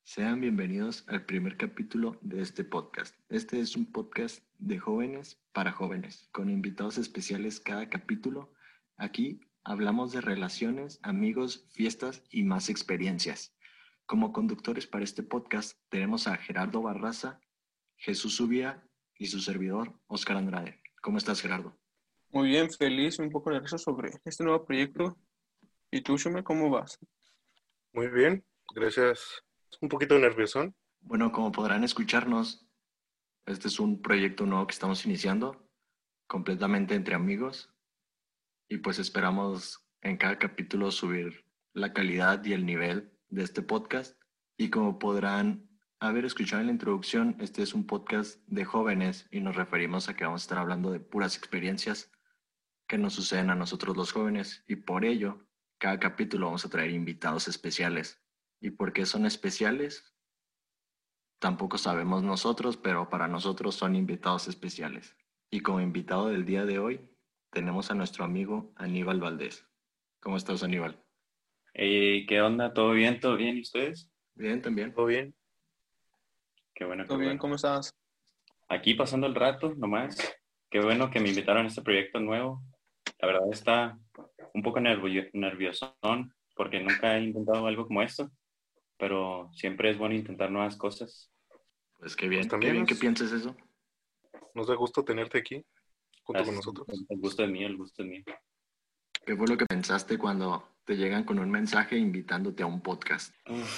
Sean bienvenidos al primer capítulo de este podcast. Este es un podcast de jóvenes para jóvenes, con invitados especiales cada capítulo. Aquí hablamos de relaciones, amigos, fiestas y más experiencias. Como conductores para este podcast tenemos a Gerardo Barraza, Jesús Subía y su servidor, Oscar Andrade. ¿Cómo estás, Gerardo? Muy bien, feliz y un poco nervioso sobre este nuevo proyecto. ¿Y tú, Shume, cómo vas? Muy bien, gracias. Un poquito nerviosón. Bueno, como podrán escucharnos, este es un proyecto nuevo que estamos iniciando, completamente entre amigos. Y pues esperamos en cada capítulo subir la calidad y el nivel de este podcast. Y como podrán haber escuchado en la introducción, este es un podcast de jóvenes y nos referimos a que vamos a estar hablando de puras experiencias que nos suceden a nosotros los jóvenes. Y por ello, cada capítulo vamos a traer invitados especiales. ¿Y por qué son especiales? Tampoco sabemos nosotros, pero para nosotros son invitados especiales. Y como invitado del día de hoy, tenemos a nuestro amigo Aníbal Valdés. ¿Cómo estás, Aníbal? ¿Qué onda? ¿Todo bien? ¿Todo bien? ¿Y ustedes? Bien, también. ¿Todo bien? Qué bueno, qué ¿Todo bien? bueno. ¿Cómo estás? Aquí pasando el rato nomás. Qué bueno que me invitaron a este proyecto nuevo. La verdad está un poco nerviosón porque nunca he intentado algo como esto, pero siempre es bueno intentar nuevas cosas. Pues qué Pues bien también que pienses eso. nos da gusto tenerte aquí junto con Gracias. nosotros. El gusto es mío, el gusto es mío. ¿Qué fue lo que pensaste cuando te llegan con un mensaje invitándote a un podcast?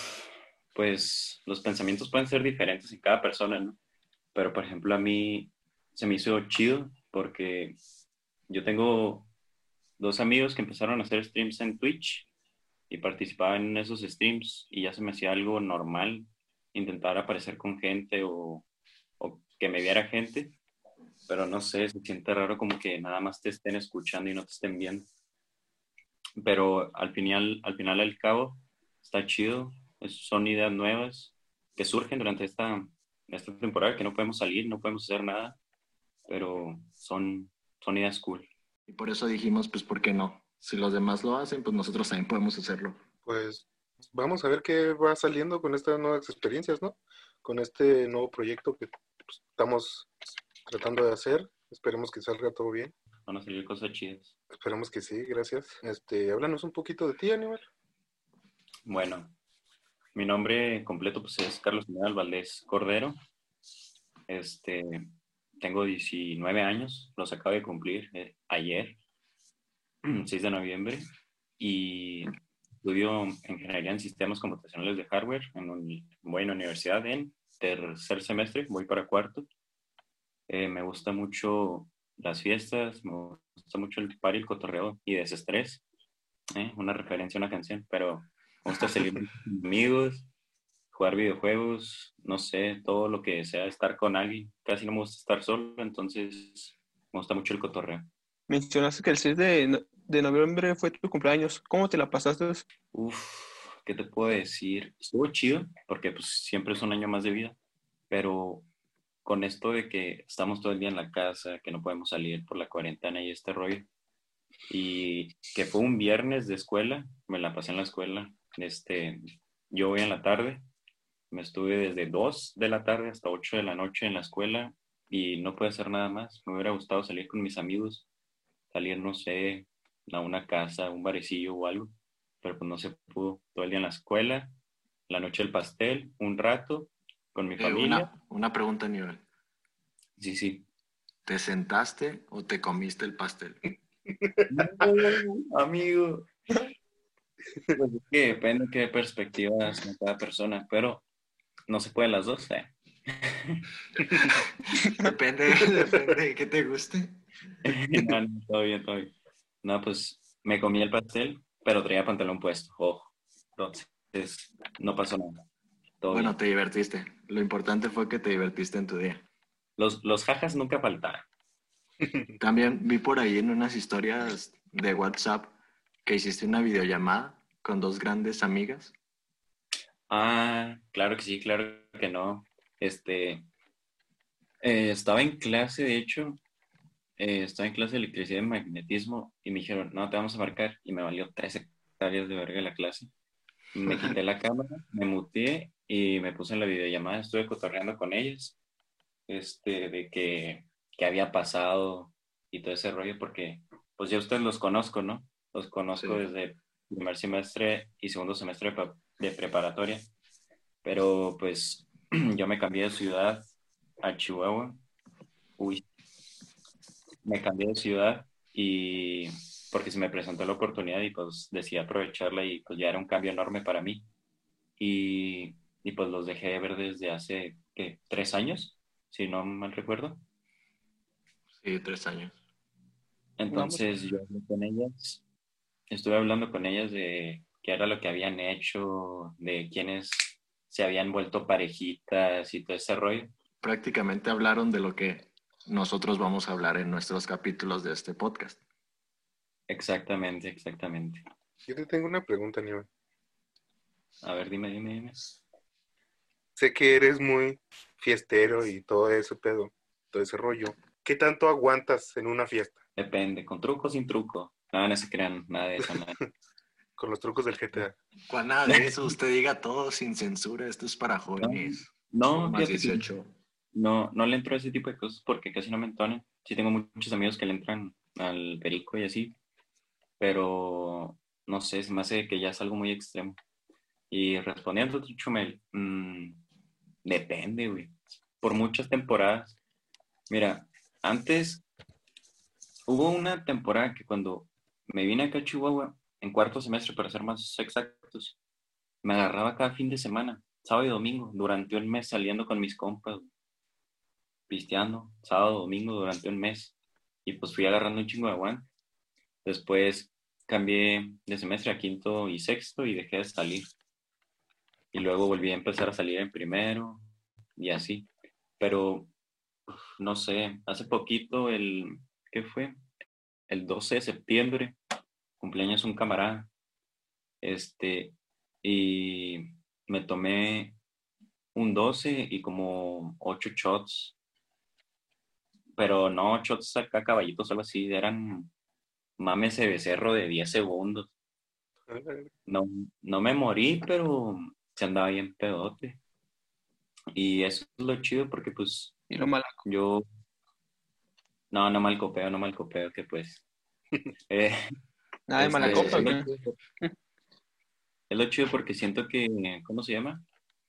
Pues los pensamientos pueden ser diferentes en cada persona, ¿no? Pero por ejemplo a mí se me hizo chido porque yo tengo dos amigos que empezaron a hacer streams en Twitch y participaban en esos streams y ya se me hacía algo normal intentar aparecer con gente o que me viera gente, pero no sé, se siente raro como que nada más te estén escuchando y no te estén viendo. Pero al cabo, está chido, son ideas nuevas que surgen durante esta temporada que no podemos salir, no podemos hacer nada, pero son ideas cool. Y por eso dijimos, pues, ¿por qué no? Si los demás lo hacen, pues nosotros también podemos hacerlo. Pues vamos a ver qué va saliendo con estas nuevas experiencias, ¿no? Con este nuevo proyecto que estamos tratando de hacer. Esperemos que salga todo bien. Van a salir cosas chidas. Esperemos que sí, gracias. Háblanos un poquito de ti, Aníbal. Bueno, mi nombre completo pues, es Carlos Aníbal Valdés Cordero. Tengo 19 años, los acabo de cumplir ayer, 6 de noviembre, y estudio Ingeniería en Sistemas Computacionales de Hardware voy a una universidad en tercer semestre, voy para cuarto. Me gusta mucho las fiestas, me gusta mucho el party, el cotorreo y desestrés. Una referencia a una canción, pero me gusta salir con amigos, jugar videojuegos, no sé, todo lo que sea estar con alguien. Casi no me gusta estar solo, entonces me gusta mucho el cotorreo. Mencionaste que el 6 de noviembre fue tu cumpleaños. ¿Cómo te la pasaste? Uf, ¿qué te puedo decir? Estuvo chido, porque pues siempre es un año más de vida, pero con esto de que estamos todo el día en la casa, que no podemos salir por la cuarentena y este rollo, y que fue un viernes de escuela, me la pasé en la escuela, yo voy en la tarde, me estuve desde 2 de la tarde hasta 8 de la noche en la escuela y no pude hacer nada más. Me hubiera gustado salir con mis amigos, salir, no sé, a una casa, un barecillo o algo, pero pues no se pudo. Todo el día en la escuela, la noche del pastel, un rato con mi familia. Una pregunta, Aníbal. Sí, sí. ¿Te sentaste o te comiste el pastel? No, amigo. Pues es que depende de qué perspectivas de cada persona, pero no se pueden las dos, ¿eh? Depende de qué te guste. No, no, todo bien, todo bien. No, pues me comí el pastel, pero traía pantalón puesto, ojo. Entonces, no pasó nada. Todo Bueno, bien. te divertiste. Lo importante fue que te divertiste en tu día. Los jajas nunca faltaron. También vi por ahí en unas historias de WhatsApp que hiciste una videollamada con dos grandes amigas. Ah, claro que sí, claro que no. Estaba en clase, de hecho, estaba en clase de electricidad y magnetismo y me dijeron, no, te vamos a marcar. Y me valió 3 hectáreas de verga la clase. Me quité la cámara, me muteé y me puse en la videollamada, estuve cotorreando con ellas, de que había pasado y todo ese rollo, porque pues ya ustedes los conozco, ¿no? Los conozco Sí. desde primer semestre y segundo semestre de preparatoria, pero pues yo me cambié de ciudad a Chihuahua. Uy, me cambié de ciudad y porque se me presentó la oportunidad y pues decidí aprovecharla y pues ya era un cambio enorme para mí. Y pues los dejé de ver desde hace, ¿qué? 3 años, si no mal recuerdo. Sí, 3 años. Entonces yo hablé con ellas, estuve hablando con ellas de qué era lo que habían hecho, de quiénes se habían vuelto parejitas y todo ese rollo. Prácticamente hablaron de lo que nosotros vamos a hablar en nuestros capítulos de este podcast. Exactamente, exactamente. Yo te tengo una pregunta, Aníbal. A ver, dime. Sé que eres muy fiestero y todo ese pedo, todo ese rollo. ¿Qué tanto aguantas en una fiesta? Depende, con truco o sin truco. Nada, no se crean, nada de eso, nada. Con los trucos del GTA. Con nada de eso, usted diga todo sin censura. Esto es para jóvenes. No, Más fíjate que 18. no le entro a ese tipo de cosas porque casi no me entonan. Sí tengo muchos amigos que le entran al perico y así, pero no sé, se me hace que ya es algo muy extremo. Y respondiendo a tu Chumel, depende, güey. Por muchas temporadas. Mira, antes hubo una temporada que cuando me vine acá a Chihuahua, en cuarto semestre, para ser más exactos, me agarraba cada fin de semana, sábado y domingo, durante un mes saliendo con mis compas, pisteando, sábado, domingo, durante un mes. Y pues fui agarrando un chingo de aguante. Después cambié de semestre a quinto y sexto y dejé de salir. Y luego volví a empezar a salir en primero y así. Pero no sé, hace poquito, ¿qué fue? El 12 de septiembre, cumpleaños un camarada. Y me tomé un 12 y como 8 shots. Pero no shots acá, caballitos, algo así. Eran mames de becerro de 10 segundos. No, no me morí, pero se andaba bien pedote. Y eso es lo chido porque pues Y lo malo. yo... No mal copeo, que pues... eh, Nada de mala sí, copa, sí. ¿o qué? es lo chido porque siento que... ¿Cómo se llama?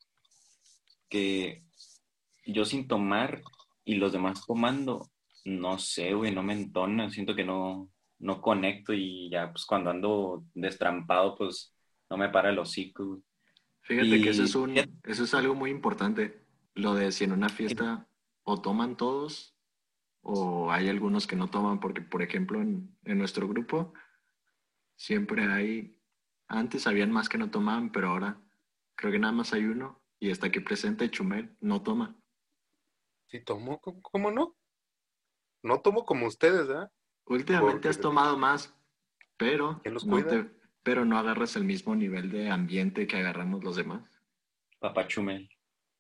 Que yo sin tomar y los demás tomando, no sé, güey, no me entona. Siento que no conecto y ya pues cuando ando destrampado pues no me para el hocico, güey. Fíjate que Y eso es algo muy importante. Lo de si en una fiesta o toman todos o hay algunos que no toman, porque por ejemplo en nuestro grupo siempre antes habían más que no tomaban, pero ahora creo que nada más hay uno y está aquí presente, Chumel, no toma. ¿Sí tomo? ¿Cómo no? No tomo como ustedes, ¿ah? Últimamente Porque has tomado más, pero ¿quién los no cuida? te, pero no agarras el mismo nivel de ambiente que agarramos los demás. papachumel.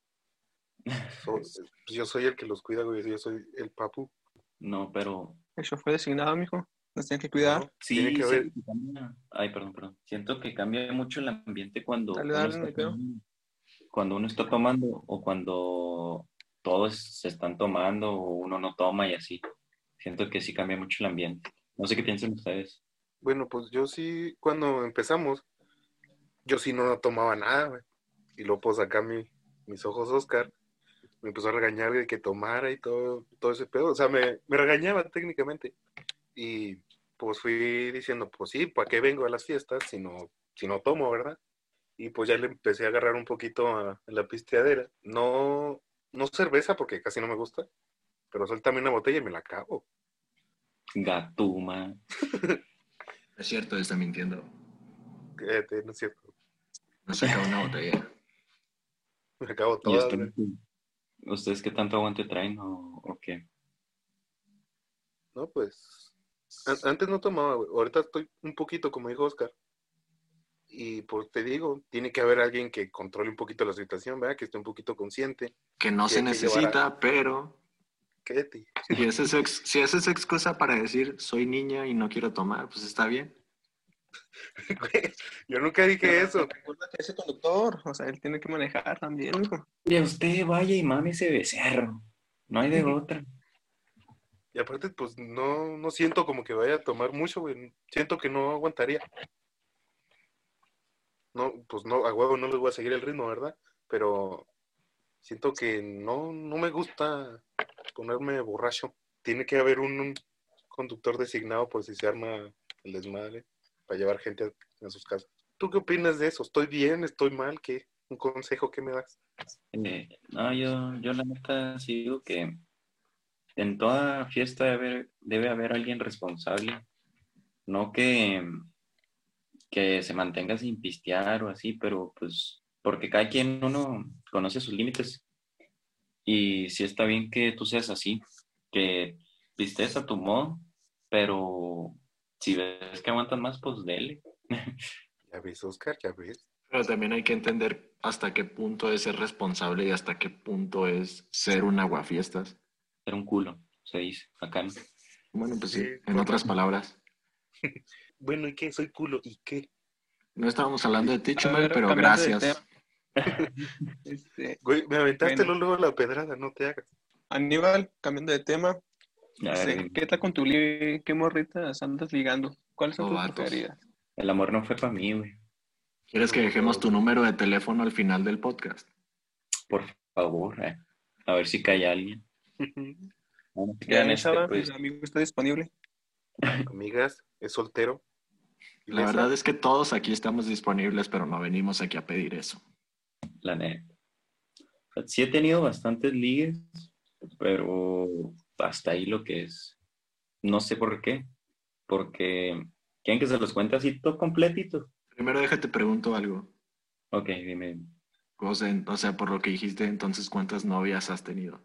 Pues yo soy el que los cuida, güey. Yo soy el papu. No, pero Eso fue designado, mijo. Nos tienen que cuidar. ¿No? Tiene que sí, haber. siento que cambia. Ay, perdón. Siento que cambia mucho el ambiente Dale, no hay pedo. cuando uno está tomando o cuando todos se están tomando o uno no toma y así. Siento que sí cambia mucho el ambiente. No sé qué piensan ustedes. Bueno, pues yo sí, cuando empezamos, yo sí no tomaba nada, güey. Y luego pues acá mis ojos Oscar me empezó a regañar de que tomara y todo ese pedo. O sea, me regañaba técnicamente. Y pues fui diciendo, pues sí, ¿para qué vengo a las fiestas si no tomo, verdad? Y pues ya le empecé a agarrar un poquito a la pisteadera. No cerveza porque casi no me gusta, pero suéltame una botella y me la acabo. Gatuma. Es cierto, está mintiendo. No es cierto, No se acaba una botella. me acabo ¿Y todas, güey. ustedes qué tanto aguante traen o qué? No, pues, antes no tomaba, güey. Ahorita estoy un poquito, como dijo Oscar. Y pues te digo, tiene que haber alguien que controle un poquito la situación, ¿verdad? Que esté un poquito consciente. Que no Y se hay que llevar necesita, pero Cállate. si esa es excusa para decir soy niña y no quiero tomar, pues está bien. Güey, yo nunca dije eso. Recuerda que ese conductor, o sea, él tiene que manejar también, hijo. Mire, usted vaya y mame ese becerro. No hay de otra. Y aparte, pues no siento como que vaya a tomar mucho, güey. Siento que no aguantaría. No, pues no, a huevo no les voy a seguir el ritmo, ¿verdad? Pero siento que no me gusta ponerme borracho. Tiene que haber un conductor designado por si se arma el desmadre para llevar gente a sus casas. ¿Tú qué opinas de eso? ¿Estoy bien? ¿Estoy mal? ¿Qué? ¿Un consejo que me das? No, yo la neta sí digo que en toda fiesta debe haber alguien responsable. No que se mantenga sin pistear o así, pero pues porque cada quien uno conoce sus límites. Y sí está bien que tú seas así, que pistees a tu modo, pero si ves que aguantas más, pues dele. Ya ves, Oscar, ya ves. Pero también hay que entender hasta qué punto es ser responsable y hasta qué punto es ser un aguafiestas. Era un culo, se dice, acá no. Bueno, pues sí, Sí, en otras palabras. Bueno, ¿y qué? Soy culo. ¿Y qué? No estábamos hablando de ti, A Chumel, ver, pero cambiando de gracias. Güey, me aventaste Bueno. luego la pedrada, no te hagas. Aníbal, cambiando de tema, A ver, ¿qué tal con tu ligue? ¿Qué morritas andas ligando? ¿Cuáles son O tus vatos. preferidas? el amor no fue para mí, güey. ¿Quieres que dejemos tu número de teléfono al final del podcast? Por favor, a ver si cae alguien. No se Ya crean, saben, pues, el amigo está disponible. Amigas, es soltero. La verdad es que todos aquí estamos disponibles, pero no venimos aquí a pedir eso. la neta. O sea, sí he tenido bastantes ligues, pero hasta ahí lo que es. No sé por qué. Porque quieren que se los cuente así todo completito. Primero déjate pregunto algo. Ok, dime. O sea, por lo que dijiste, entonces, ¿cuántas novias has tenido?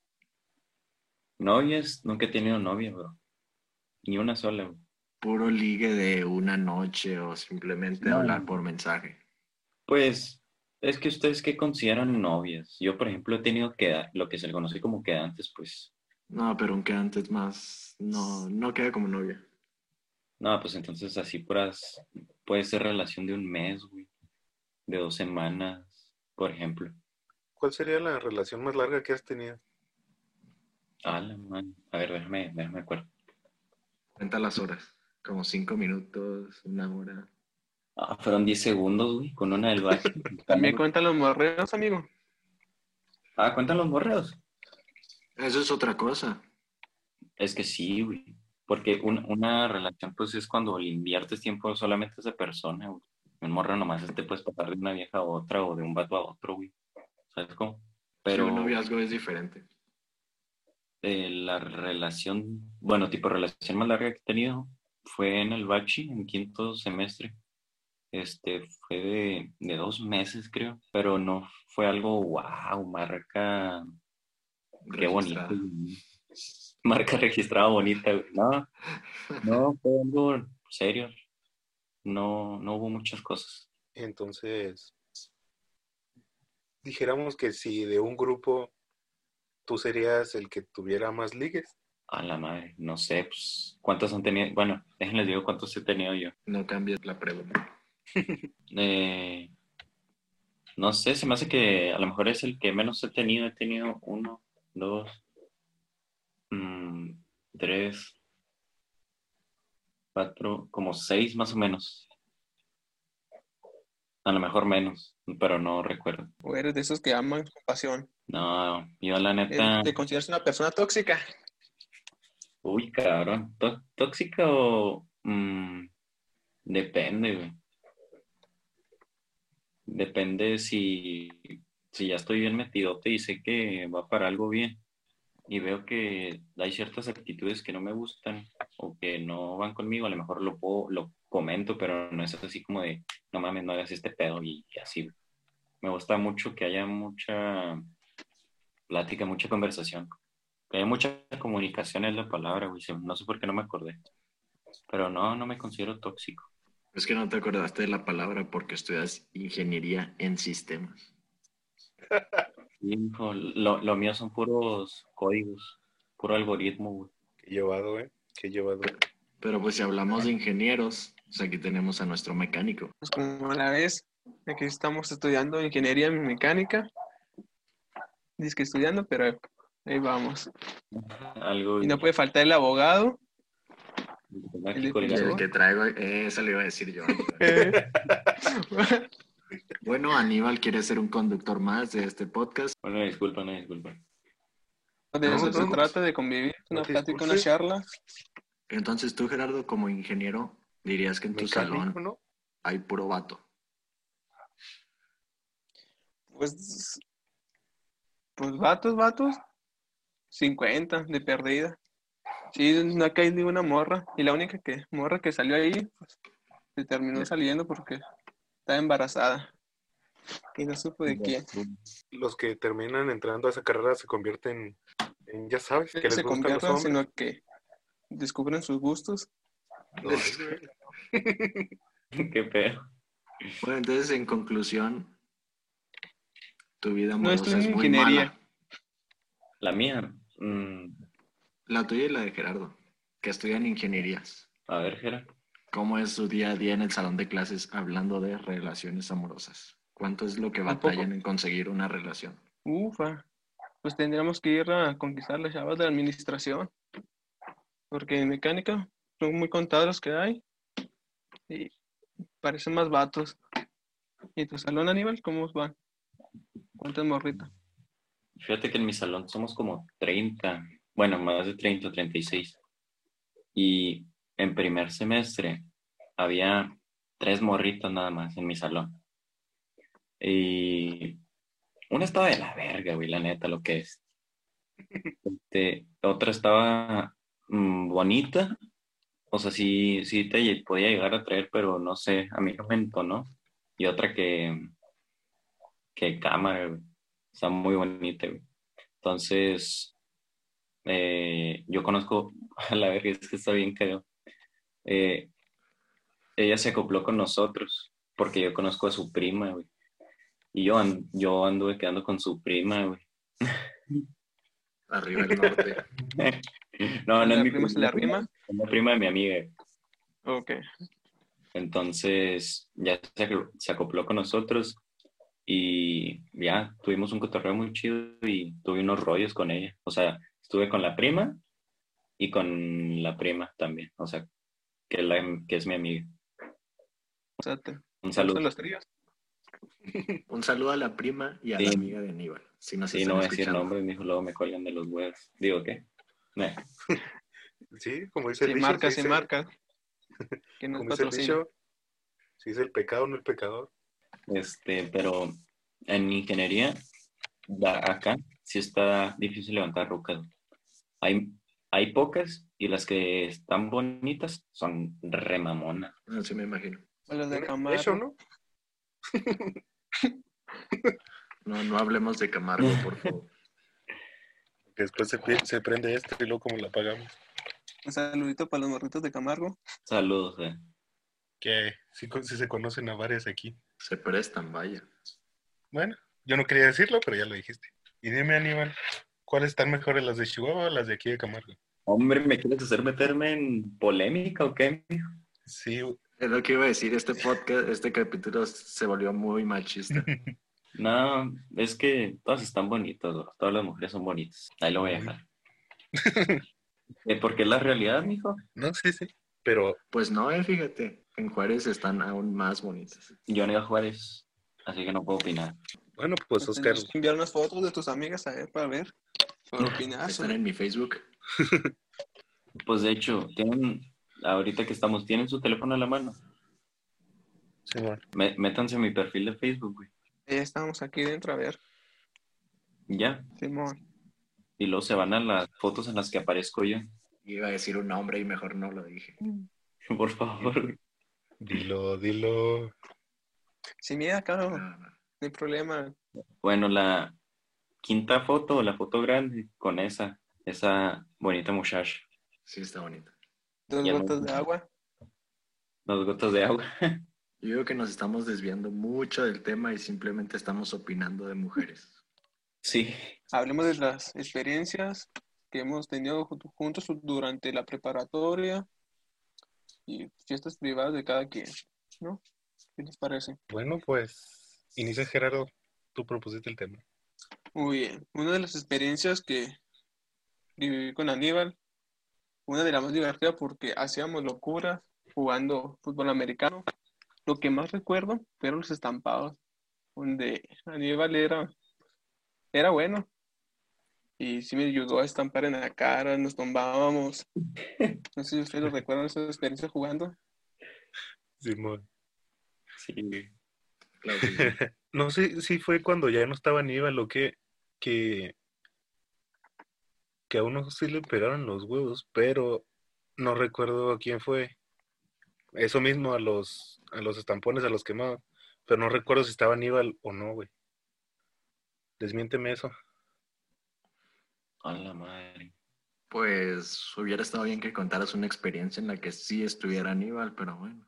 Novias, nunca he tenido novia, bro. Ni una sola, bro. ¿Puro ligue de una noche o simplemente No. hablar por mensaje? Pues, es que ustedes qué consideran novias. Yo, por ejemplo, he tenido lo que se le conoce como quedantes, pues. No, pero aunque antes más, no queda como novia. No, pues entonces así puras, puede ser relación de un mes, güey. De 2 semanas, por ejemplo. ¿Cuál sería la relación más larga que has tenido? La man. A ver, déjame acuerdo. Cuenta las horas, como 5 minutos, 1 hora. Fueron 10 segundos, güey, con una del bache. También cuentan los morreos, amigo. Cuentan los morreos. Eso es otra cosa. Es que sí, güey. Porque una relación, pues, es cuando le inviertes tiempo solamente a esa persona, güey. Un morreo nomás te puedes pasar de una vieja a otra o de un vato a otro, güey. ¿Sabes cómo? Sí, un Pero noviazgo es diferente. la relación, bueno, tipo relación más larga que he tenido fue en el bachi, en quinto semestre. Fue de 2 meses, creo. Pero no fue algo, wow, marca, qué bonito, Registrada. güey. Marca registrada bonita, güey. No, fue algo serio. No hubo muchas cosas. Entonces, dijéramos que si de un grupo tú serías el que tuviera más ligues. A la madre, no sé, pues, ¿cuántos han tenido? Bueno, déjenles digo cuántos he tenido yo. No cambies la pregunta. Eh, no sé, se me hace que a lo mejor es el que menos he tenido. He tenido 1, 2, 3, 4, como 6 más o menos. A lo mejor menos, pero no recuerdo. O eres de esos que aman con pasión. No, yo la neta, ¿Te consideras una persona tóxica? uy, cabrón, ¿tóxica o...? Depende, güey. Depende si ya estoy bien metidote y sé que va para algo bien y veo que hay ciertas actitudes que no me gustan o que no van conmigo, a lo mejor lo comento, pero no es así como de, no mames, no hagas este pedo y así. Me gusta mucho que haya mucha plática, mucha conversación, que haya mucha comunicación es la palabra, güey. No sé por qué no me acordé, pero no me considero tóxico. Es que no te acordaste de la palabra porque estudias ingeniería en sistemas. Hijo, lo mío son puros códigos, puro algoritmo, güey. Qué llevado, Qué llevado. Pero pues si hablamos de ingenieros, Pues aquí tenemos a nuestro mecánico. Pues como la ves, aquí estamos estudiando ingeniería mecánica. Dice que estudiando, pero ahí vamos. Algo Y no puede faltar el abogado, el mágico, Y el defensor. que traigo, eso le iba a decir yo. Eh, Bueno, Aníbal quiere ser un conductor más de este podcast. Una disculpa. De No, eso no te se preocupes. trata, de convivir, No una te plática, una disculpes. charla. Entonces tú, Gerardo, como ingeniero, dirías que en tu Mecánico, salón ¿no? hay puro vato. Pues vatos, 50 de perdida. Sí, no ha caído ninguna morra. Y la única morra que salió ahí, pues, se terminó saliendo porque estaba embarazada. Y no supo de quién. Los que terminan entrando a esa carrera se convierten en, ya sabes, que les Se gustan los conviertan, hombres. sino que descubren sus gustos. No, güey. Qué pedo. Bueno, entonces, en conclusión, tu vida No, amorosa estoy en es muy ingeniería. mala. La mía. La tuya y la de Gerardo, que estudian ingenierías. A ver, Gera. ¿Cómo es su día a día en el salón de clases hablando de relaciones amorosas? ¿Cuánto es lo que Un poco. batallan en conseguir una relación? Ufa. Pues tendríamos que ir a conquistar las chavas de la administración. Porque en mecánica son muy contados los que hay. Y parecen más vatos. ¿Y tu salón, Aníbal, cómo van? ¿Cuántas morritas? Fíjate que en mi salón somos como 30, bueno, más de 30, 36. Y en primer semestre había 3 morritos nada más en mi salón. Y una estaba de la verga, güey, la neta, lo que es. Otra estaba bonita, o sea, sí te podía llegar a traer, pero no sé, a mí no me entonó. Y otra que cámara, güey, está muy bonita, güey. Entonces, yo conozco, a la verga, es que está bien creo. Ella se acopló con nosotros, porque yo conozco a su prima, güey. Y yo anduve quedando con su prima, güey. Arriba el norte. No, no es ¿La mi prima se la prima, rima? es la prima de mi amiga. Ok. Entonces, ya se acopló con nosotros y ya tuvimos un cotorreo muy chido y tuve unos rollos con ella. O sea, estuve con la prima y con la prima también. O sea, que es mi amiga. O sea, Un ¿te gustan saludo. los tríos? Un saludo a la prima y a Sí. la amiga de Aníbal, si nos Sí, están no voy a decir escuchando. nombres, mijo, luego me cuelgan de los huevos. Digo, ¿qué? Sí, como dice el Sí, dicho, marca, se sí, dice- marca. Que nos como dice el patrocina. dicho, si es el pecado, no el pecador. Pero en ingeniería, acá sí está difícil levantar rucas. Hay pocas y las que están bonitas son re mamonas. Así me imagino. O los de De Camargo. hecho, ¿no? No hablemos de Camargo, por favor. Que después se prende esto y luego como la apagamos. Un saludito para los morritos de Camargo. Saludos, Que sí se conocen a varias aquí. Se prestan, vaya. Bueno, yo no quería decirlo, pero ya lo dijiste. Y dime, Aníbal, ¿cuáles están mejores, las de Chihuahua o las de aquí de Camargo? Hombre, ¿me quieres hacer meterme en polémica o qué? Sí, Es lo que iba a decir, este podcast, este capítulo se volvió muy machista. No, es que todas están bonitas, bro. Todas las mujeres son bonitas. Ahí lo voy a dejar. Porque es la realidad, mijo. no, sí, pero Pues no, fíjate, en Juárez están aún más bonitas. Yo no iba a Juárez, así que no puedo opinar. bueno, pues Oscar, Tendrás que enviar unas fotos de tus amigas a ver para ver. Para opinar. Están en mi Facebook. Pues de hecho, ahorita que estamos, ¿tienen su teléfono a la mano? sí, bueno. Métanse en mi perfil de Facebook, güey. Ya estamos aquí dentro, a ver. Ya. Simón. Y luego se van a las fotos en las que aparezco yo. Iba a decir un nombre y mejor no lo dije. Por favor. Dilo. Sin miedo, claro. No. No hay problema. Bueno, la quinta foto, la foto grande, con esa bonita muchacha. Sí, está bonita. 2 Ya no. gotas de agua. 2 gotas de agua. Yo creo que nos estamos desviando mucho del tema y simplemente estamos opinando de mujeres. Sí. Hablemos de las experiencias que hemos tenido juntos durante la preparatoria. y fiestas privadas de cada quien, ¿no? ¿Qué les parece? Bueno, pues, inicia Gerardo, tú propusiste el tema. Muy bien. Una de las experiencias que viví con Aníbal, una de las más divertidas porque hacíamos locuras jugando fútbol americano. Lo que más recuerdo fueron los estampados, donde Aníbal era bueno y sí me ayudó a estampar en la cara, nos tombábamos. No sé si ustedes lo recuerdan, esa experiencia jugando. Simón. Sí. Claro que sí. No sé si fue cuando ya no estaba Aníbal o que a uno sí le pegaron los huevos, pero no recuerdo a quién fue. Eso mismo, a los estampones, a los quemados. Pero no recuerdo si estaba Aníbal o no, güey. Desmiénteme eso. A la madre. Pues hubiera estado bien que contaras una experiencia en la que sí estuviera Aníbal, pero bueno.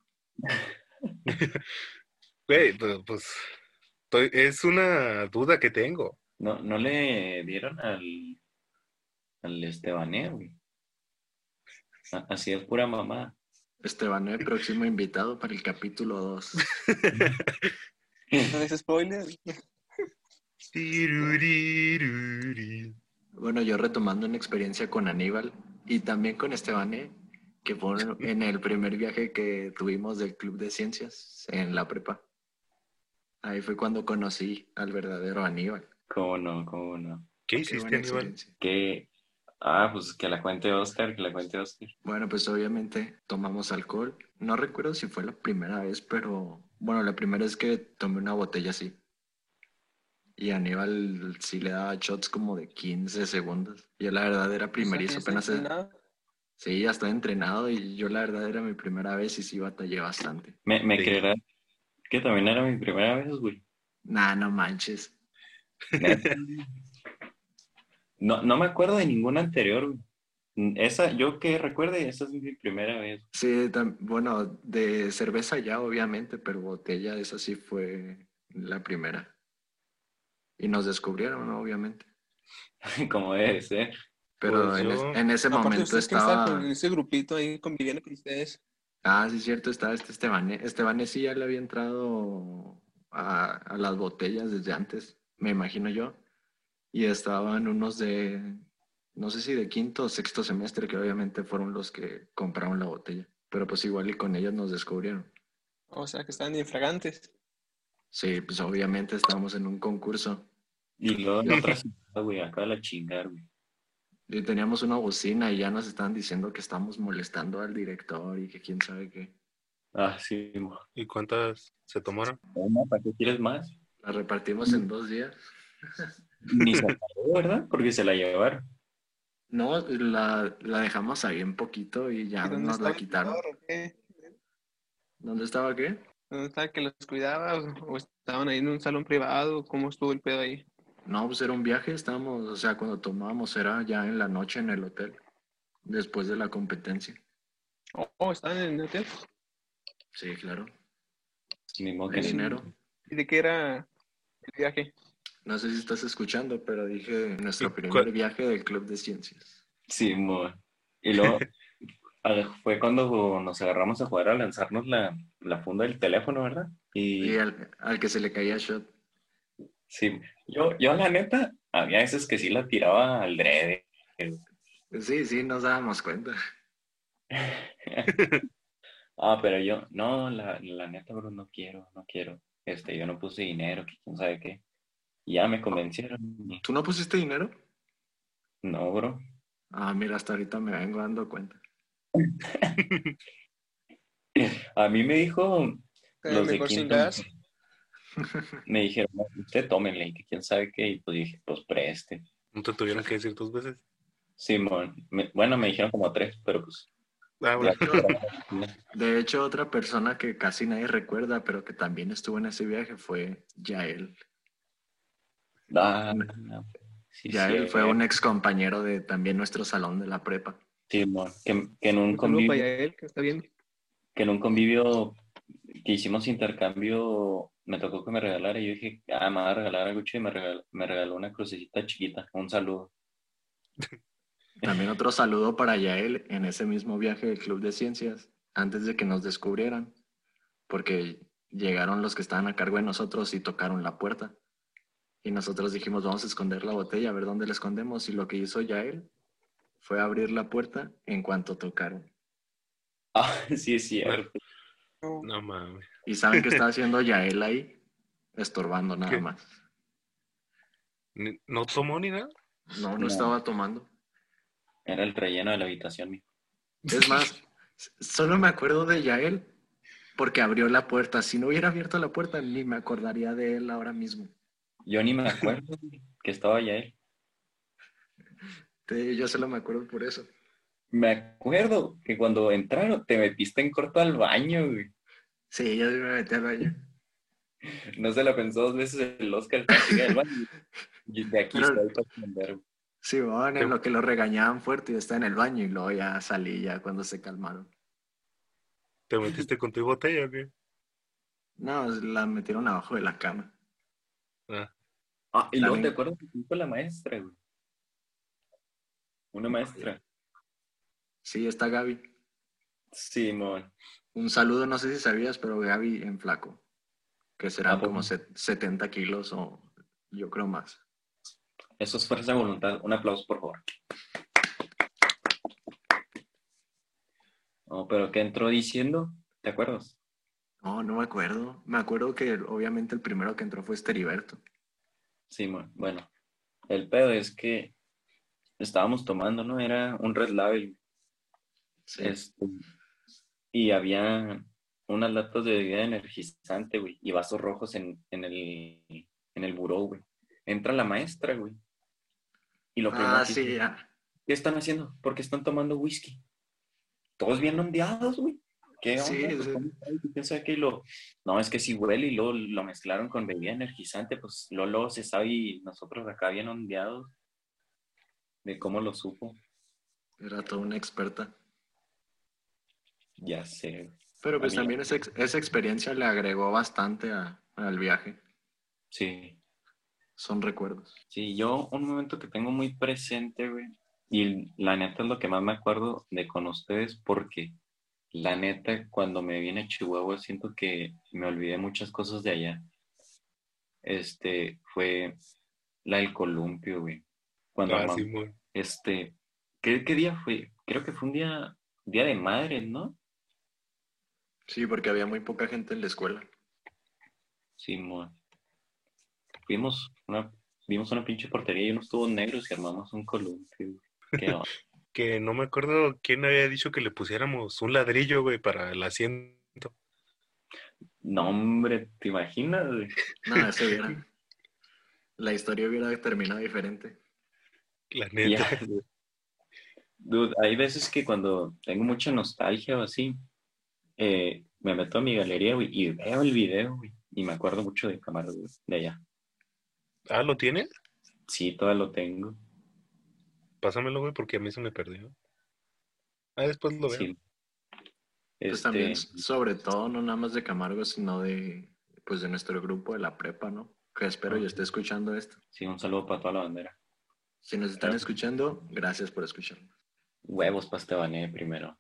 Güey, pues es una duda que tengo. No le dieron al Estebanés, güey. Así es pura mamá. Esteban, el próximo invitado para el capítulo 2. ¿No es spoiler? Tiruriruri. Bueno, yo retomando una experiencia con Aníbal y también con Estebané, que fue en el primer viaje que tuvimos del Club de Ciencias en la prepa. Ahí fue cuando conocí al verdadero Aníbal. ¿Cómo no? ¿Cómo no? ¿Qué Qué hiciste, buena Aníbal? experiencia. Pues que la cuente Oscar, que la cuente Oscar. Bueno, pues obviamente tomamos alcohol. No recuerdo si fue la primera vez, pero bueno, la primera vez que tomé una botella así. Y Aníbal sí le daba shots como de 15 segundos. Yo la verdad era O sea, que primerizo, ya está apenas... entrenado. Sí, ya estaba entrenado y yo la verdad era mi primera vez y sí batallé bastante. ¿Me Sí. creerás que también era mi primera vez, güey? Nah, no manches. Neta. No me acuerdo de ninguna anterior, güey. Esa, yo que recuerde, esa es mi primera vez. Sí, bueno, de cerveza ya obviamente, pero botella esa sí fue la primera. Y nos descubrieron, ¿no? Obviamente. Como debe ser. Pero Pues yo, en ese Aparte de momento usted que está con estaba... ese grupito ahí conviviendo con ustedes. Ah, sí, es cierto, estaba este Estebané. Estebané sí ya le había entrado a las botellas desde antes, me imagino yo. Y estaban unos de, no sé si de quinto o sexto semestre, que obviamente fueron los que compraron la botella. Pero pues igual y con ellos nos descubrieron. O sea, que están infragantes. Sí, pues obviamente estábamos en un concurso Y luego en otra ciudad, güey, acá de la chingar, güey. y teníamos una bocina y ya nos estaban diciendo que estamos molestando al director y que quién sabe qué. Ah, sí, ¿y cuántas se tomaron? ¿para qué quieres más? La repartimos en 2 días. Ni se acabó, ¿verdad? Porque se la llevaron. No, la dejamos ahí un poquito y ya ¿Y dónde nos la estaba el quitaron. cuidador o qué? ¿Dónde estaba qué? ¿Dónde estaba que los cuidaba? ¿O estaban ahí en un salón privado? ¿Cómo estuvo el pedo ahí? No, pues era un viaje, estábamos, o sea, cuando tomábamos era ya en la noche en el hotel, después de la competencia. ¿Estaban en el hotel? Sí, claro. Ni modo Hay que ni- dinero. ¿Y de qué era el viaje? No sé si estás escuchando, pero dije nuestro ¿Y primer viaje del Club de Ciencias. Sí, y luego fue cuando nos agarramos a jugar a lanzarnos la funda del teléfono, ¿verdad? Y Y al que se le caía shot. sí, yo la neta, había veces que sí la tiraba al drede. Sí, sí, nos dábamos cuenta. Pero yo, no, la neta, bro, no quiero. Yo no puse dinero, que quién sabe qué. Y ya me convencieron. ¿Tú no pusiste dinero? No, bro. Ah, mira, hasta ahorita me vengo dando cuenta. A mí me dijo los de Mejor sin quinto, gas. me dijeron, no, usted tómenle, y que quién sabe qué, y pues dije, pues preste. ¿No te tuvieron que decir 2 veces? Simón, bueno, me dijeron como 3, pero pues Ah, bueno. De hecho, otra persona que casi nadie recuerda, pero que también estuvo en ese viaje fue Yael. Ah, sí, Yael fue sí, un ex compañero de también nuestro salón de la prepa. Simón, que en un Un saludo para convivio, él, que está bien. que hicimos intercambio, me tocó que me regalara, y yo dije, me va a regalar algo chido, y me regaló una crucecita chiquita, un saludo. También otro saludo para Yael en ese mismo viaje del Club de Ciencias. antes de que nos descubrieran, porque llegaron los que estaban a cargo de nosotros y tocaron la puerta. Y nosotros dijimos, vamos a esconder la botella, a ver dónde la escondemos. Y lo que hizo Yael fue abrir la puerta en cuanto tocaron. Ah, sí es cierto. No mames. ¿Y saben qué estaba haciendo Yael ahí? Estorbando nada ¿Qué? más. ¿No tomó ni nada? No No. estaba tomando. Era el relleno de la habitación, mijo. Es más, solo me acuerdo de Yael porque abrió la puerta. Si no hubiera abierto la puerta, ni me acordaría de él ahora mismo. Yo ni me acuerdo que estaba ya él. Yo solo me acuerdo por eso. Me acuerdo que cuando entraron te metiste en corto al baño, güey. Sí, yo me metí al baño. No se la pensó 2 veces el Oscar sigue del baño. Y de aquí Pero- estoy para esconder. Sí, bueno, en lo que lo regañaban fuerte y está en el baño y luego ya salí ya cuando se calmaron. ¿Te metiste con tu botella o qué? No, la metieron abajo de la cama. Ah, Ah, y luego te También- acuerdas que fue la maestra, güey. Una maestra. Sí, está Gaby. Sí, mon. Un saludo, no sé si sabías, pero Gaby en flaco. Que serán ¿A poco? como 70 kilos o yo creo más. Eso es fuerza de voluntad. Un aplauso, por favor. No, pero ¿qué entró diciendo? ¿Te acuerdas? No, no me acuerdo. Me acuerdo que obviamente el primero que entró fue Heriberto. Sí, mon. Bueno, el pedo es que estábamos tomando, ¿no? Era un Red Label. Sí. Y había unas latas de bebida energizante, güey, y vasos rojos en el buró, güey. Entra la maestra, güey. Y lo primero que Sí, dice, ya. ¿qué están haciendo? ¿Por qué están tomando whisky? Todos bien ondeados, güey. ¿Qué onda? Sí, Pues, sí. ¿cómo sabe? ¿Quién sabe qué? No, es que si huele y luego lo mezclaron con bebida energizante, pues luego se sabe y nosotros acá bien ondeados de cómo lo supo. Era toda una experta. Ya sé. Pero pues Amiga. también esa experiencia le agregó bastante al viaje. Sí. Son recuerdos. Sí, yo un momento que tengo muy presente, güey, y la neta es lo que más me acuerdo de con ustedes, porque la neta cuando me vine a Chihuahua siento que me olvidé muchas cosas de allá. Fue la del columpio, güey. Cuando armamos, Simón. ¿qué día fue? Creo que fue un día de madres, ¿no? Sí, porque había muy poca gente en la escuela. Sí, vimos una pinche portería y unos tubos negros y armamos un columpio, güey. Qué onda. Que no me acuerdo quién había dicho que le pusiéramos un ladrillo, güey, para el asiento. No, hombre, ¿te imaginas, güey? No, eso hubiera. La historia hubiera terminado diferente. La Ya, neta. dude, hay veces que cuando tengo mucha nostalgia o así, me meto a mi galería, güey, y veo el video, güey, y me acuerdo mucho de Camargo, güey, de allá. Ah, ¿lo tienes? Sí, todavía lo tengo. Pásamelo, güey, porque a mí se me perdió. Ah, después lo veo. Sí. Pues también, sobre todo, no nada más de Camargo, sino de nuestro grupo de la prepa, ¿no? Que espero y esté escuchando esto. Sí, un saludo para toda la bandera. Si nos están escuchando, gracias por escucharnos. Huevos para Estebané primero.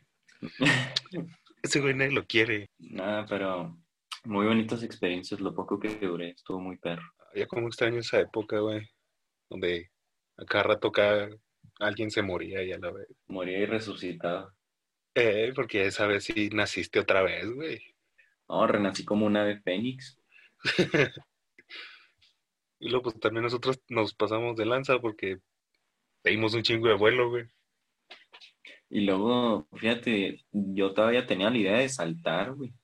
Ese güey nadie lo quiere. Nada, pero muy bonitas experiencias, lo poco que duré, estuvo muy perro. Ya como extraño esa época, güey, donde a cada rato alguien se moría y a la vez. Morí y resucitado. Porque esa vez sí naciste otra vez, güey. No, renací como un ave fénix. Y luego pues también nosotros nos pasamos de lanza porque dimos un chingo de vuelo, güey. Y luego, fíjate, yo todavía tenía la idea de saltar, güey.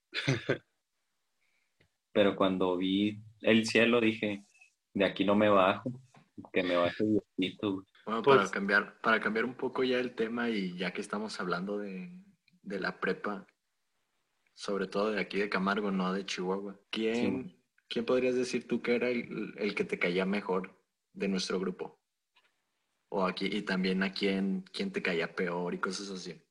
Pero cuando vi el cielo dije, de aquí no me bajo, que me baje Diosito, güey. Bueno, Pues- para cambiar un poco ya el tema y ya que estamos hablando de la prepa, sobre todo de aquí de Camargo, no de Chihuahua, ¿quién podrías decir tú que era el que te caía mejor de nuestro grupo? O aquí, y también a quién te caía peor y cosas así.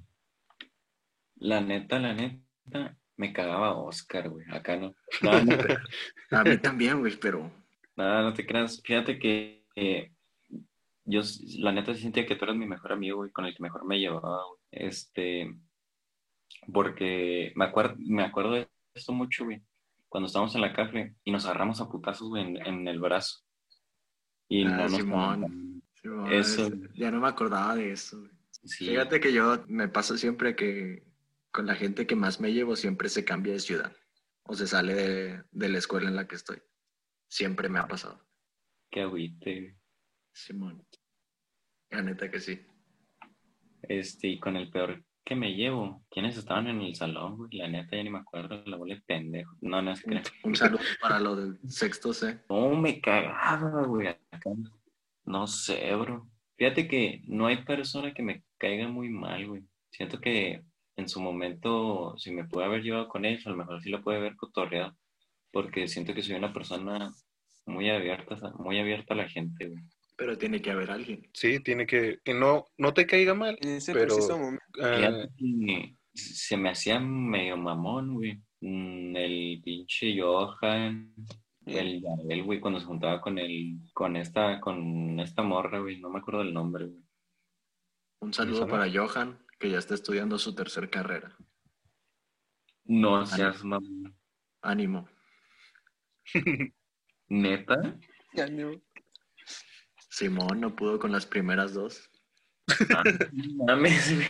La neta, me cagaba Oscar, güey. Acá no. No, no, A mí también, güey, pero nada, no te creas. Fíjate que yo, la neta, sí sentía que tú eras mi mejor amigo, güey, con el que mejor me llevaba, güey. Porque me acuerdo de esto mucho, güey. Cuando estábamos en la café y nos agarramos a putazos, güey, en el brazo. Y no nos Simón. aventamos. Simón, Eso, ya no me acordaba de eso, güey. sí. Fíjate que yo me pasa siempre que con la gente que más me llevo siempre se cambia de ciudad o se sale de la escuela en la que estoy. Siempre me ha pasado. Qué agüite, güey. Simón, la neta que sí. Y con el peor que me llevo, ¿quiénes estaban en el salón, güey? La neta ya ni me acuerdo, la bola de pendejo. No, no se Un, creen. un saludo para lo del sexto C. No, me cagaba, güey. Acá. No sé, bro. Fíjate que no hay persona que me caiga muy mal, güey. Siento que en su momento, si me pude haber llevado con ellos, a lo mejor sí lo puede haber cotorreado, porque siento que soy una persona muy abierta a la gente, güey. Pero tiene que haber alguien. Sí, tiene que no te caiga mal, En ese pero preciso momento. Fíjate que se me hacía medio mamón, güey. El pinche Johan, el Yael, güey, cuando se juntaba con esta morra, güey, no me acuerdo del nombre, güey. Un saludo para Johan, que ya está estudiando su tercer carrera. No seas mamón. Ánimo. ¿Neta? Ya no. Simón no pudo con las primeras dos. Ah, no mames, güey.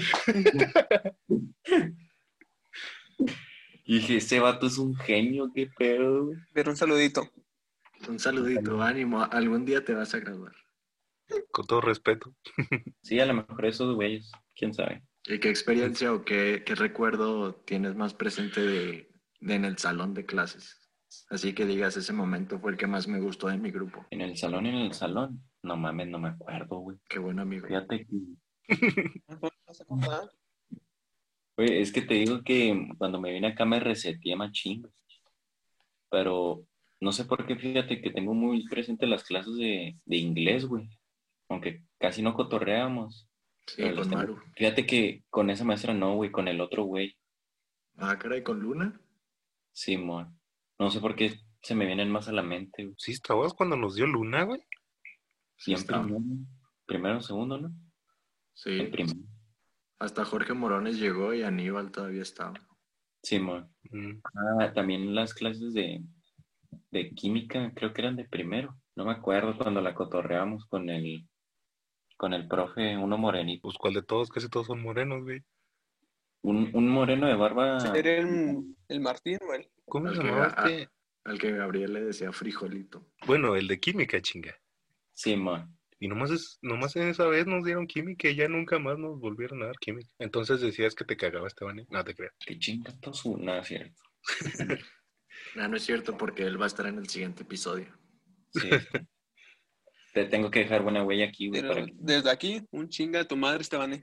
Y dije, ese vato es un genio, qué pedo, güey. Pero un saludito. Un saludito, ánimo. Algún día te vas a graduar. con todo respeto. Sí, a lo mejor esos güeyes, quién sabe. ¿Y qué experiencia o qué recuerdo tienes más presente de en el salón de clases? Así que digas, ese momento fue el que más me gustó de mi grupo. En el salón, no mames, no me acuerdo, güey. Qué buen amigo. Fíjate que, ¿Vas a contar? güey, es que te digo que cuando me vine acá me reseteé machín, güey. Pero no sé por qué, fíjate que tengo muy presente las clases de inglés, güey. Aunque casi no cotorreamos. Sí, Pero las con tengo. Maru. Fíjate que con esa maestra no, güey, con el otro güey. Ah, caray, con Luna. Simón. No sé por qué se me vienen más a la mente, güey. Sí, estabas cuando nos dio Luna, güey. Sí Y en estaba. primero, segundo, ¿no? Sí. En primero. Hasta Jorge Morones llegó y Aníbal todavía estaba. Simón. Mm. Ah, también las clases de química, creo que eran de primero. No me acuerdo cuando la cotorreamos con el profe, uno morenito. Pues cuál de todos, casi todos son morenos, güey. Un moreno de barba. ¿Era el Martín o el? ¿Cómo Al se que, llamaba este? al que Gabriel le decía frijolito. Bueno, el de química, chinga. Simón. Y nomás en esa vez nos dieron química y ya nunca más nos volvieron a dar química. Entonces decías que te cagaba Esteban, ¿eh? No te creas. Qué chingados nada, cierto. No es cierto porque él va a estar en el siguiente episodio. Sí. Te tengo que dejar buena huella aquí, güey, Pero para que... desde aquí, un chinga de tu madre, Esteban.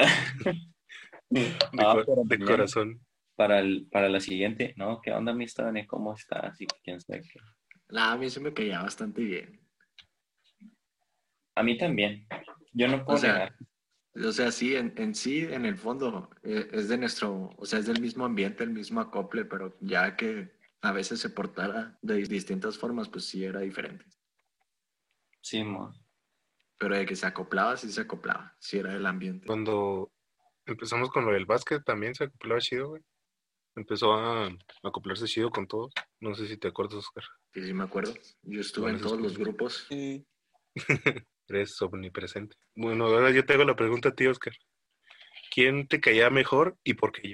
De corazón. Para la siguiente, ¿no? ¿Qué onda, mi Esteban? ¿Cómo estás? Y quién sabe qué. A mí se me caía bastante bien. A mí también. Yo no puedo negar. O sea, sí, en sí, en el fondo, es de nuestro, o sea, es del mismo ambiente, el mismo acople, pero ya que a veces se portara de distintas formas, pues sí era diferente. Sí, mo. Pero de que se acoplaba, sí se acoplaba, sí era el ambiente. Cuando empezamos con lo del básquet también se acoplaba chido, güey. Empezó a acoplarse chido con todos. No sé si te acuerdas, Oscar. Sí, sí me acuerdo. Yo estuve en todos los grupos. Sí. Eres omnipresente. Bueno, ahora yo te hago la pregunta a ti, Oscar. ¿Quién te caía mejor y por qué yo?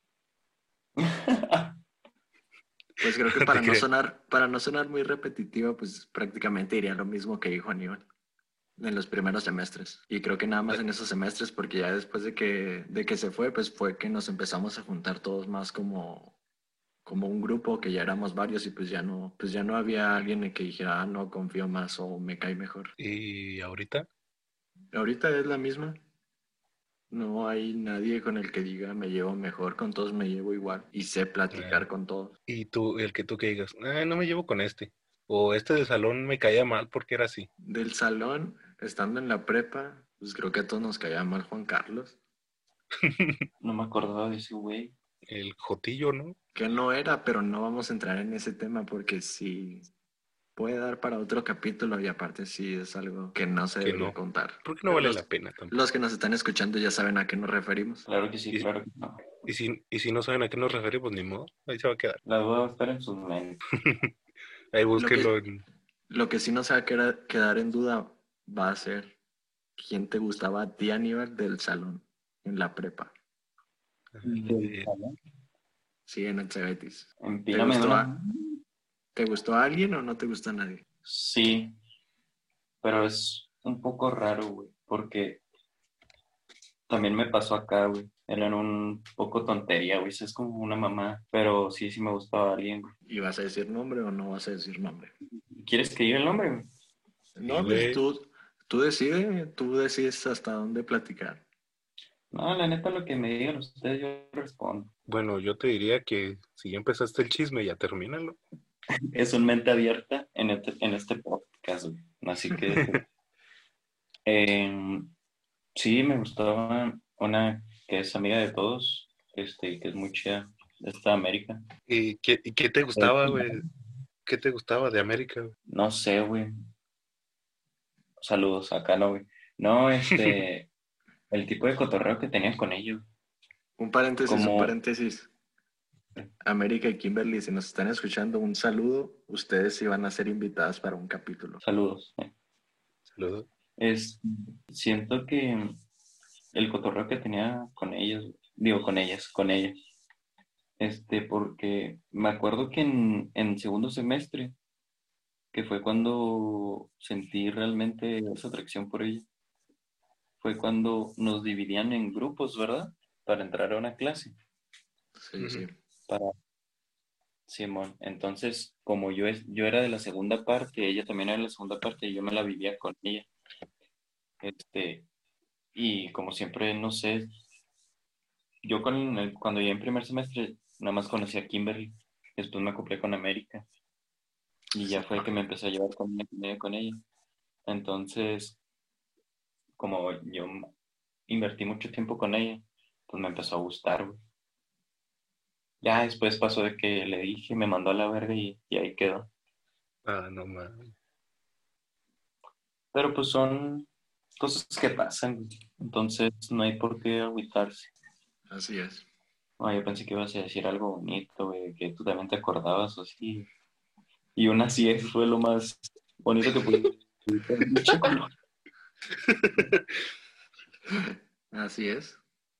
Pues creo que Te creo. para no sonar muy repetitivo, pues prácticamente diría lo mismo que dijo Aníbal en los primeros semestres. Y creo que nada más en esos semestres, porque ya después de que se fue, pues fue que nos empezamos a juntar todos más como un grupo, que ya éramos varios y pues ya no había alguien en que dijera, no confío más o me cae mejor. ¿Y ahorita? Ahorita es la misma. No hay nadie con el que diga me llevo mejor, con todos me llevo igual y sé platicar con todos. Y tú, el que digas, no me llevo con este. O este de salón me caía mal porque era así. Del salón, estando en la prepa, pues creo que a todos nos caía mal Juan Carlos. No me acordaba de ese güey. El Jotillo, ¿no? Que no era, pero no vamos a entrar en ese tema porque sí puede dar para otro capítulo y aparte sí es algo que no se Que debería no. contar. Porque no vale la pena tampoco. Los que nos están escuchando ya saben a qué nos referimos. Claro que sí, Y- claro que no. Y si no saben a qué nos referimos, ni modo, ahí se va a quedar. La duda va a estar en sus mentes. Ahí Lo búsquenlo que, en... lo que sí no se va a quedar en duda va a ser quién te gustaba a ti, Aníbal, del salón en la prepa. eh, Sí, en el Cebetis. Empíname una. ¿Te gustó a alguien o no te gustó a nadie? Sí, pero es un poco raro, güey, porque también me pasó acá, güey. Eran un poco tontería, güey. Es como una mamá, pero sí, sí me gustaba alguien, güey. ¿Y vas a decir nombre o no vas a decir nombre? ¿Quieres que diga el nombre, güey? No, pues güey. tú decides hasta dónde platicar. No, la neta, lo que me digan ustedes, yo respondo. Bueno, yo te diría que si ya empezaste el chisme, ya termínalo. Es un mente abierta en este podcast, güey. Así que sí, me gustaba una que es amiga de todos, que es muy chida, esta América. ¿Y qué te gustaba, güey? ¿Qué te gustaba de América, güey? No sé, güey. Saludos, acá no, güey. No, el tipo de cotorreo que tenía con ellos. Un paréntesis. Como, América y Kimberly, si nos están escuchando, un saludo. Ustedes sí van a ser invitadas para un capítulo. saludos. Saludos. Siento que el cotorreo que tenía con ellos, digo con ellas, con ella, porque me acuerdo que en segundo semestre, que fue cuando sentí realmente esa atracción por ella, fue cuando nos dividían en grupos, ¿verdad? Para entrar a una clase. Sí, sí. Para Simón. Entonces, como yo era de la segunda parte, ella también era de la segunda parte, y yo me la vivía con ella. Y como siempre, no sé, yo cuando llegué en primer semestre, nada más conocí a Kimberly, después me acoplé con América, y ya fue que me empecé a llevar con ella. Entonces, como yo invertí mucho tiempo con ella, pues me empezó a gustar, güey. Ya después pasó de que le dije, me mandó a la verga y ahí quedó. Ah, no mames. Pero pues son cosas que pasan, güey. Entonces no hay por qué agüitarse. Así es. No, yo pensé que ibas a decir algo bonito, güey, que tú también te acordabas o así. Y aún así eso fue lo más bonito que pude decir. Así es.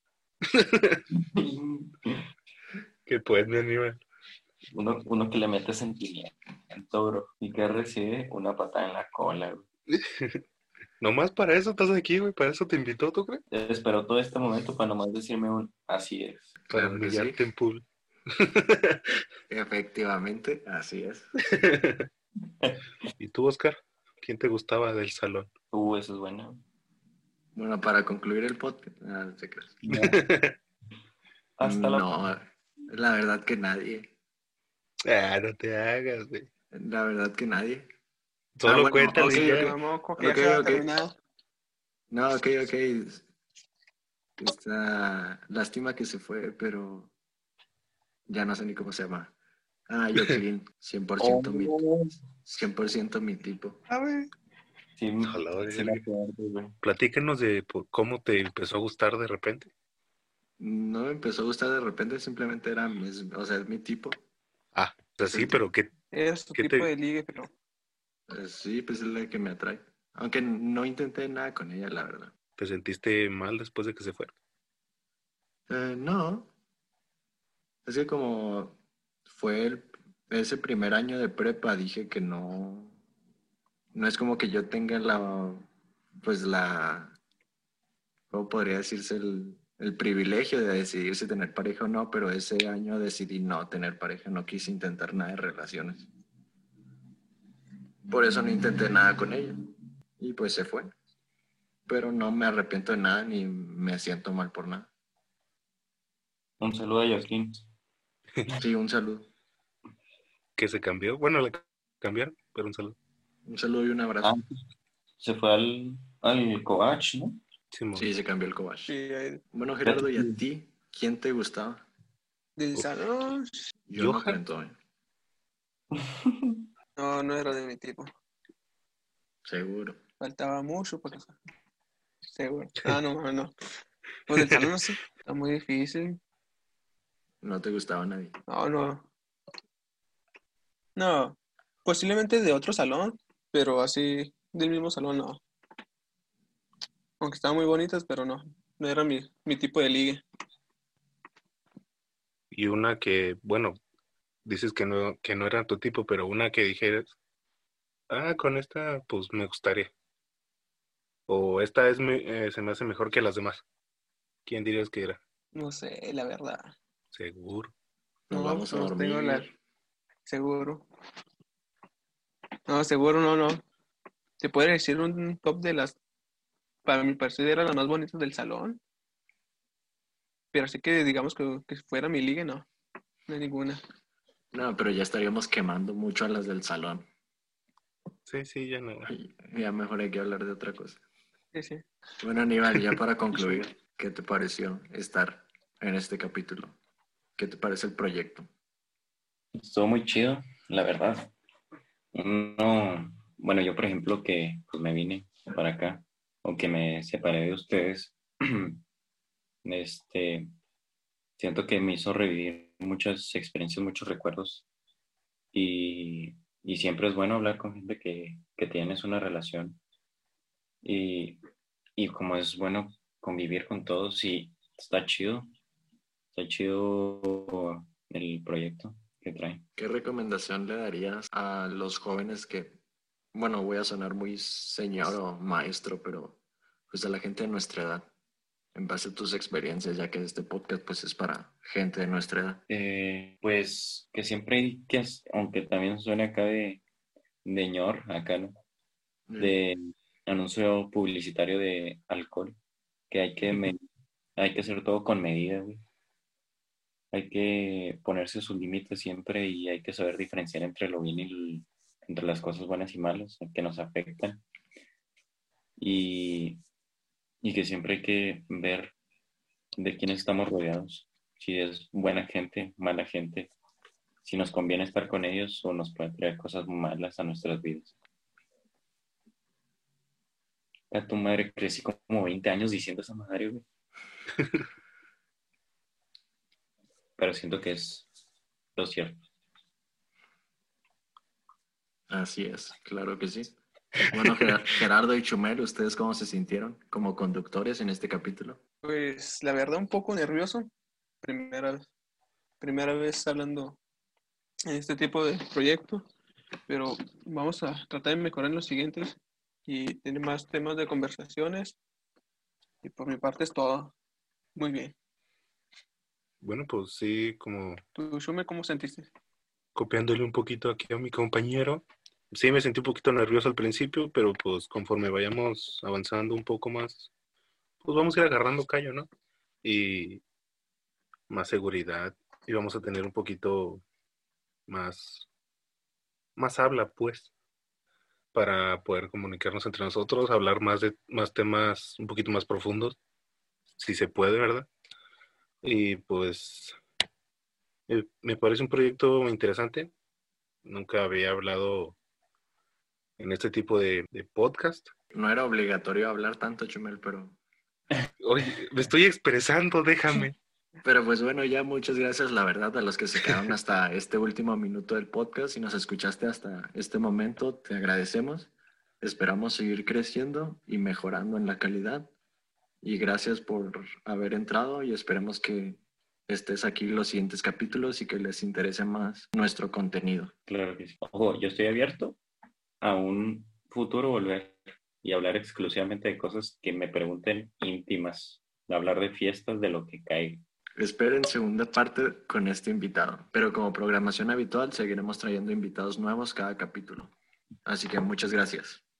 ¿Qué pues, mi Aníbal? Uno que le mete sentimiento, bro, y que recibe una patada en la cola, güey. Nomás para eso estás aquí, güey. Para eso te invitó, ¿tú crees? Esperó todo este momento para nomás decirme así es. Para Claro que sí. humillarte en pool. Efectivamente, así es. ¿Y tú, Oscar? ¿Quién te gustaba del salón? Eso es bueno. Bueno, para concluir el podcast, no te creas. Hasta la... No, la verdad que nadie. Ah, no te hagas, güey. La verdad que nadie. Solo Bueno, cuéntale ok, y ya. Vamos, que ya Ok, se ha ok. terminado. No, ok. Está lástima que se fue, pero ya no sé ni cómo se llama. Ah, Joaquín, 100% mi, 100% mi tipo. A ver. Sí, A la verga. sí me acuerdo, güey. Platícanos de cómo te empezó a gustar de repente. No me empezó a gustar de repente, simplemente o sea, es mi tipo. Ah, o sea, Es sí, el pero ¿qué Es tu ¿Qué tipo te- de ligue, pero Sí, pues es la que me atrae. Aunque no intenté nada con ella, la verdad. te sentiste mal después de que se fuera? No, es que como fue ese primer año de prepa, dije que no es como que yo tenga pues ¿cómo podría decirse? El privilegio de decidir si tener pareja o no, pero ese año decidí no tener pareja, no quise intentar nada de relaciones. Por eso no intenté nada con ella. Y pues se fue. Pero no me arrepiento de nada ni me siento mal por nada. Un saludo a Joaquín. Sí, un saludo. ¿Que se cambió? Bueno, la cambiaron, pero un saludo. Un saludo y un abrazo. Ah, se fue al Covach, ¿no? Simón. Sí, se cambió el cobash. sí, Bueno, Gerardo, ¿y a ti? ¿Quién te gustaba? del salón. Yo no Johan. cuento, ¿eh? No, no era de mi tipo. Seguro. Faltaba mucho para que... Seguro. Ah, no, no. Pues del salón no sé. Está muy difícil. No te gustaba nadie. No, no. No. Posiblemente de otro salón, pero así del mismo salón no. Aunque estaban muy bonitas, pero no. No era mi tipo de ligue. Y una que, bueno, dices que no era tu tipo, pero una que dijeras, con esta, pues me gustaría. O esta se me hace mejor que las demás. ¿Quién dirías que era? No sé, la verdad. Seguro. Nos No, vamos a no tengo la... dormir. Seguro. No, seguro no. ¿Te podría decir un top de las... Para mi parecer eran las más bonitas del salón? Pero así que digamos que fuera mi liga, no. No hay ninguna. No, pero ya estaríamos quemando mucho a las del salón. Sí, ya no. Y ya mejor hay que hablar de otra cosa. Sí, sí. Bueno, Aníbal, ya para concluir, ¿qué te pareció estar en este capítulo? ¿Qué te parece el proyecto? Estuvo muy chido, la verdad. Bueno, yo por ejemplo que pues me vine para acá o que me separé de ustedes, este, siento que me hizo revivir muchas experiencias, muchos recuerdos y, y siempre es bueno hablar con gente que tienes una relación y como es bueno convivir con todos y está chido el proyecto que traen. ¿Qué recomendación le darías a los jóvenes que, bueno, voy a sonar muy señor o maestro, pero pues a la gente de nuestra edad, en base a tus experiencias, ya que este podcast pues es para gente de nuestra edad? Pues que siempre hay que, aunque también suene acá de ñor, acá, ¿no? De anuncio publicitario de alcohol, que hay que hacer todo con medida, güey. Hay que ponerse sus límites siempre y hay que saber diferenciar entre lo bien entre las cosas buenas y malas que nos afectan y, y que siempre hay que ver de quiénes estamos rodeados, si es buena gente, mala gente, si nos conviene estar con ellos o nos puede traer cosas malas a nuestras vidas. A tu madre, crecí como 20 años diciendo esa madre, güey. Pero siento que es lo cierto. Así es, claro que sí. Bueno, Gerardo y Chumel, ¿ustedes cómo se sintieron como conductores en este capítulo? Pues la verdad un poco nervioso. Primera vez hablando en este tipo de proyecto, pero vamos a tratar de mejorar en los siguientes y tener más temas de conversaciones. Y por mi parte es todo. Muy bien. Bueno, pues sí, como ¿Tú, Shume, cómo sentiste? copiándole un poquito aquí a mi compañero. Sí, me sentí un poquito nervioso al principio, pero pues conforme vayamos avanzando un poco más, pues vamos a ir agarrando callo, ¿no? Y más seguridad y vamos a tener un poquito más, más habla, pues, para poder comunicarnos entre nosotros, hablar más de más temas un poquito más profundos, si se puede, ¿verdad? Y pues me parece un proyecto interesante. Nunca había hablado en este tipo de podcast. No era obligatorio hablar tanto, Chumel, pero... Oye, me estoy expresando, déjame. Pero pues bueno, ya muchas gracias, la verdad, a los que se quedaron hasta este último minuto del podcast y nos escuchaste hasta este momento, te agradecemos. Esperamos seguir creciendo y mejorando en la calidad. Y gracias por haber entrado y esperemos que estés aquí en los siguientes capítulos y que les interese más nuestro contenido. Claro que sí. Ojo, yo estoy abierto a un futuro volver y hablar exclusivamente de cosas que me pregunten íntimas, de hablar de fiestas, de lo que caiga. Esperen segunda parte con este invitado, pero como programación habitual seguiremos trayendo invitados nuevos cada capítulo. Así que muchas gracias.